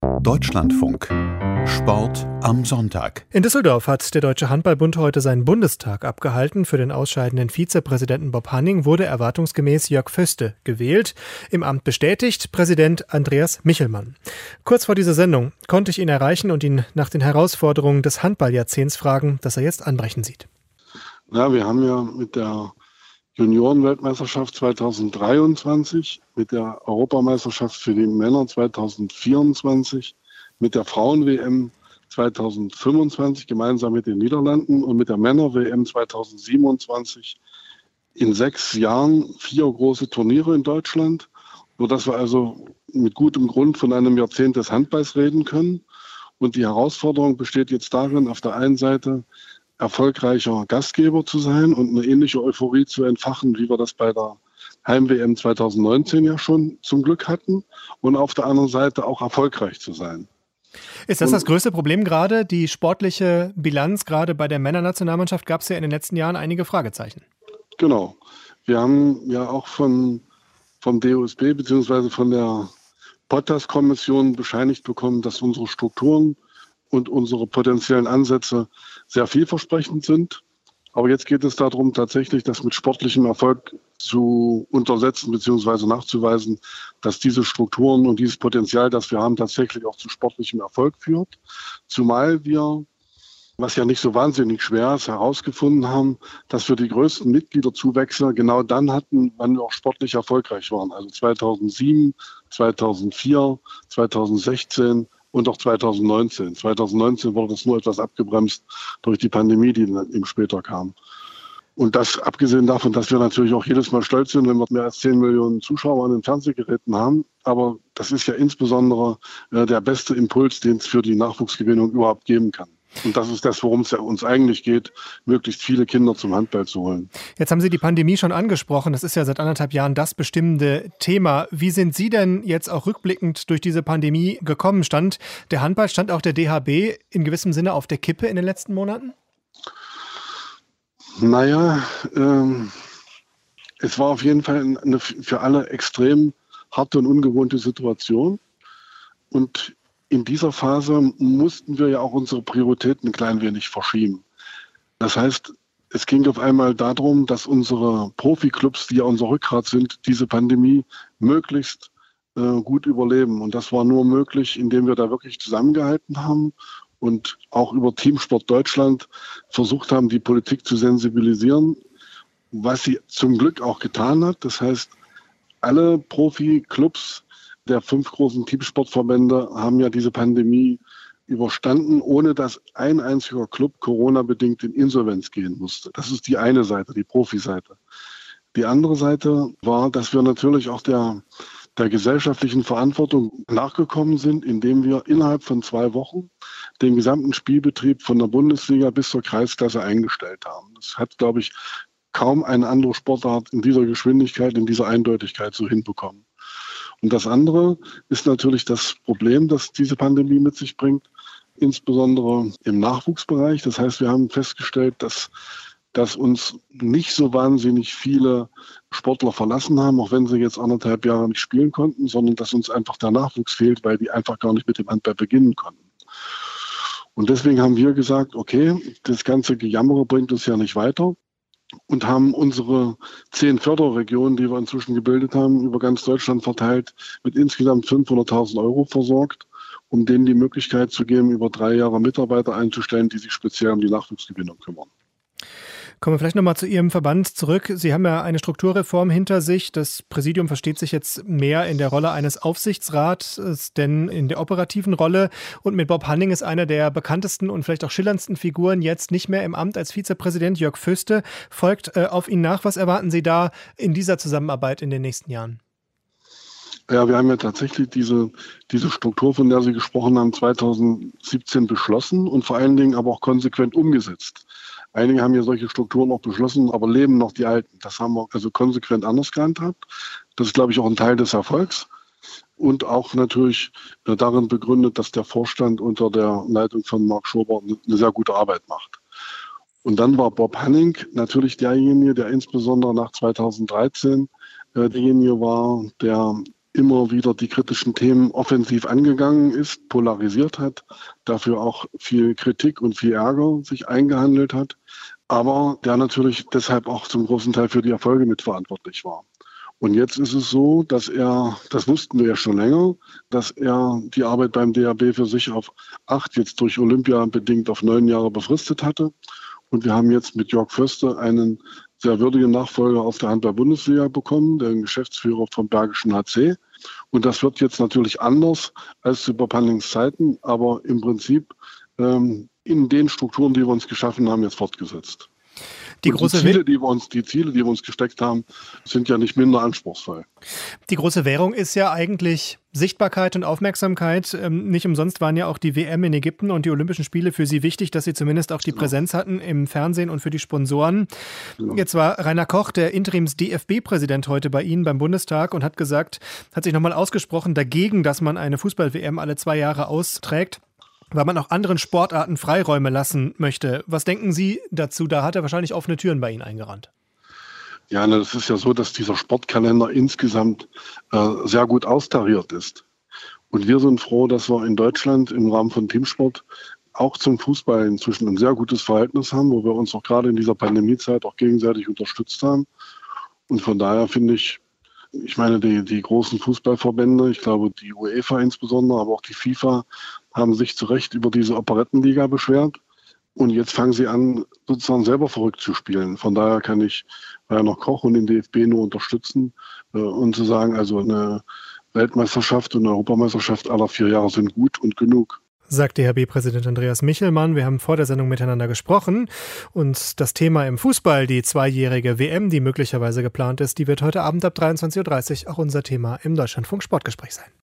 Deutschlandfunk. Sport am Sonntag. In Düsseldorf hat der Deutsche Handball-Bund heute seinen Bundestag abgehalten. Für den ausscheidenden Vizepräsidenten Bob Hanning wurde erwartungsgemäß Jörg Föste gewählt. Im Amt bestätigt Präsident Andreas Michelmann. Kurz vor dieser Sendung konnte ich ihn erreichen und ihn nach den Herausforderungen des Handballjahrzehnts fragen, das er jetzt anbrechen sieht. Ja, wir haben ja mit der Juniorenweltmeisterschaft 2023, mit der Europameisterschaft für die Männer 2024, mit der Frauen-WM 2025 gemeinsam mit den Niederlanden und mit der Männer-WM 2027 in 6 Jahren 4 große Turniere in Deutschland, sodass wir also mit gutem Grund von einem Jahrzehnt des Handballs reden können. Und die Herausforderung besteht jetzt darin, auf der einen Seite erfolgreicher Gastgeber zu sein und eine ähnliche Euphorie zu entfachen, wie wir das bei der Heim-WM 2019 ja schon zum Glück hatten, und auf der anderen Seite auch erfolgreich zu sein. Ist das das größte Problem gerade, die sportliche Bilanz? Gerade bei der Männernationalmannschaft gab es ja in den letzten Jahren einige Fragezeichen. Genau. Wir haben ja auch vom DOSB bzw. von der Potas-Kommission bescheinigt bekommen, dass unsere Strukturen und unsere potenziellen Ansätze sehr vielversprechend sind. Aber jetzt geht es darum, tatsächlich das mit sportlichem Erfolg zu untersetzen bzw. nachzuweisen, dass diese Strukturen und dieses Potenzial, das wir haben, tatsächlich auch zu sportlichem Erfolg führt. Zumal wir, was ja nicht so wahnsinnig schwer ist, herausgefunden haben, dass wir die größten Mitgliederzuwächse genau dann hatten, wann wir auch sportlich erfolgreich waren. Also 2007, 2004, 2016 und auch 2019. 2019 wurde das nur etwas abgebremst durch die Pandemie, die dann eben später kam. Und das abgesehen davon, dass wir natürlich auch jedes Mal stolz sind, wenn wir mehr als 10 Millionen Zuschauer an den Fernsehgeräten haben. Aber das ist ja insbesondere der beste Impuls, den es für die Nachwuchsgewinnung überhaupt geben kann. Und das ist das, worum es ja uns eigentlich geht, möglichst viele Kinder zum Handball zu holen. Jetzt haben Sie die Pandemie schon angesprochen. Das ist ja seit 1,5 Jahren das bestimmende Thema. Wie sind Sie denn jetzt auch rückblickend durch diese Pandemie gekommen? Stand der Handball, stand auch der DHB in gewissem Sinne auf der Kippe in den letzten Monaten? Naja, es war auf jeden Fall eine für alle extrem harte und ungewohnte Situation. Und in dieser Phase mussten wir ja auch unsere Prioritäten ein klein wenig verschieben. Das heißt, es ging auf einmal darum, dass unsere Profiklubs, die ja unser Rückgrat sind, diese Pandemie möglichst gut überleben. Und das war nur möglich, indem wir da wirklich zusammengehalten haben und auch über Teamsport Deutschland versucht haben, die Politik zu sensibilisieren, was sie zum Glück auch getan hat. Das heißt, alle Profiklubs der 5 großen Teamsportverbände haben ja diese Pandemie überstanden, ohne dass ein einziger Club Corona-bedingt in Insolvenz gehen musste. Das ist die eine Seite, die Profiseite. Die andere Seite war, dass wir natürlich auch der gesellschaftlichen Verantwortung nachgekommen sind, indem wir innerhalb von 2 Wochen den gesamten Spielbetrieb von der Bundesliga bis zur Kreisklasse eingestellt haben. Das hat, glaube ich, kaum eine andere Sportart in dieser Geschwindigkeit, in dieser Eindeutigkeit so hinbekommen. Und das andere ist natürlich das Problem, das diese Pandemie mit sich bringt, insbesondere im Nachwuchsbereich. Das heißt, wir haben festgestellt, dass uns nicht so wahnsinnig viele Sportler verlassen haben, auch wenn sie jetzt 1,5 Jahre nicht spielen konnten, sondern dass uns einfach der Nachwuchs fehlt, weil die einfach gar nicht mit dem Handball beginnen konnten. Und deswegen haben wir gesagt, okay, das ganze Gejammere bringt uns ja nicht weiter. Und haben unsere 10 Förderregionen, die wir inzwischen gebildet haben, über ganz Deutschland verteilt, mit insgesamt 500.000 € versorgt, um denen die Möglichkeit zu geben, über 3 Jahre Mitarbeiter einzustellen, die sich speziell um die Nachwuchsgewinnung kümmern. Kommen wir vielleicht nochmal zu Ihrem Verband zurück. Sie haben ja eine Strukturreform hinter sich. Das Präsidium versteht sich jetzt mehr in der Rolle eines Aufsichtsrats, denn in der operativen Rolle. Und mit Bob Hanning ist einer der bekanntesten und vielleicht auch schillerndsten Figuren jetzt nicht mehr im Amt als Vizepräsident. Jörg Föste folgt auf ihn nach. Was erwarten Sie da in dieser Zusammenarbeit in den nächsten Jahren? Ja, wir haben ja tatsächlich diese Struktur, von der Sie gesprochen haben, 2017 beschlossen und vor allen Dingen aber auch konsequent umgesetzt. Einige haben ja solche Strukturen auch beschlossen, aber leben noch die alten. Das haben wir also konsequent anders gehandhabt. Das ist, glaube ich, auch ein Teil des Erfolgs und auch natürlich darin begründet, dass der Vorstand unter der Leitung von Marc Schober eine sehr gute Arbeit macht. Und dann war Bob Hanning natürlich derjenige, der insbesondere nach 2013 derjenige war, der immer wieder die kritischen Themen offensiv angegangen ist, polarisiert hat, dafür auch viel Kritik und viel Ärger sich eingehandelt hat, aber der natürlich deshalb auch zum großen Teil für die Erfolge mitverantwortlich war. Und jetzt ist es so, dass er, das wussten wir ja schon länger, dass er die Arbeit beim DHB für sich auf 8, jetzt durch Olympia bedingt auf 9 Jahre befristet hatte. Und wir haben jetzt mit Jörg Föste einen sehr würdigen Nachfolger aus der Handball-Bundesliga bekommen, den Geschäftsführer vom Bergischen HC. Und das wird jetzt natürlich anders als zu Pannings Zeiten, aber im Prinzip in den Strukturen, die wir uns geschaffen haben, jetzt fortgesetzt. Die Ziele, die wir uns gesteckt haben, sind ja nicht minder anspruchsvoll. Die große Währung ist ja eigentlich Sichtbarkeit und Aufmerksamkeit. Nicht umsonst waren ja auch die WM in Ägypten und die Olympischen Spiele für Sie wichtig, dass Sie zumindest auch die Präsenz hatten im Fernsehen und für die Sponsoren. Jetzt war Rainer Koch, der Interims-DFB-Präsident, heute bei Ihnen beim Bundestag und hat sich nochmal ausgesprochen dagegen, dass man eine Fußball-WM alle 2 Jahre austrägt, weil man auch anderen Sportarten Freiräume lassen möchte. Was denken Sie dazu? Da hat er wahrscheinlich offene Türen bei Ihnen eingerannt. Ja, das ist ja so, dass dieser Sportkalender insgesamt sehr gut austariert ist. Und wir sind froh, dass wir in Deutschland im Rahmen von Teamsport auch zum Fußball inzwischen ein sehr gutes Verhältnis haben, wo wir uns auch gerade in dieser Pandemiezeit auch gegenseitig unterstützt haben. Und von daher finde ich meine, die großen Fußballverbände, ich glaube die UEFA insbesondere, aber auch die FIFA, haben sich zu Recht über diese Operettenliga beschwert. Und jetzt fangen sie an, sozusagen selber verrückt zu spielen. Von daher kann ich Rainer Koch und den DFB nur unterstützen und zu sagen, also eine Weltmeisterschaft und eine Europameisterschaft aller 4 Jahre sind gut und genug. Sagt DHB-Präsident Andreas Michelmann. Wir haben vor der Sendung miteinander gesprochen und das Thema im Fußball, die 2-jährige WM, die möglicherweise geplant ist, die wird heute Abend ab 23:30 Uhr auch unser Thema im Deutschlandfunk Sportgespräch sein.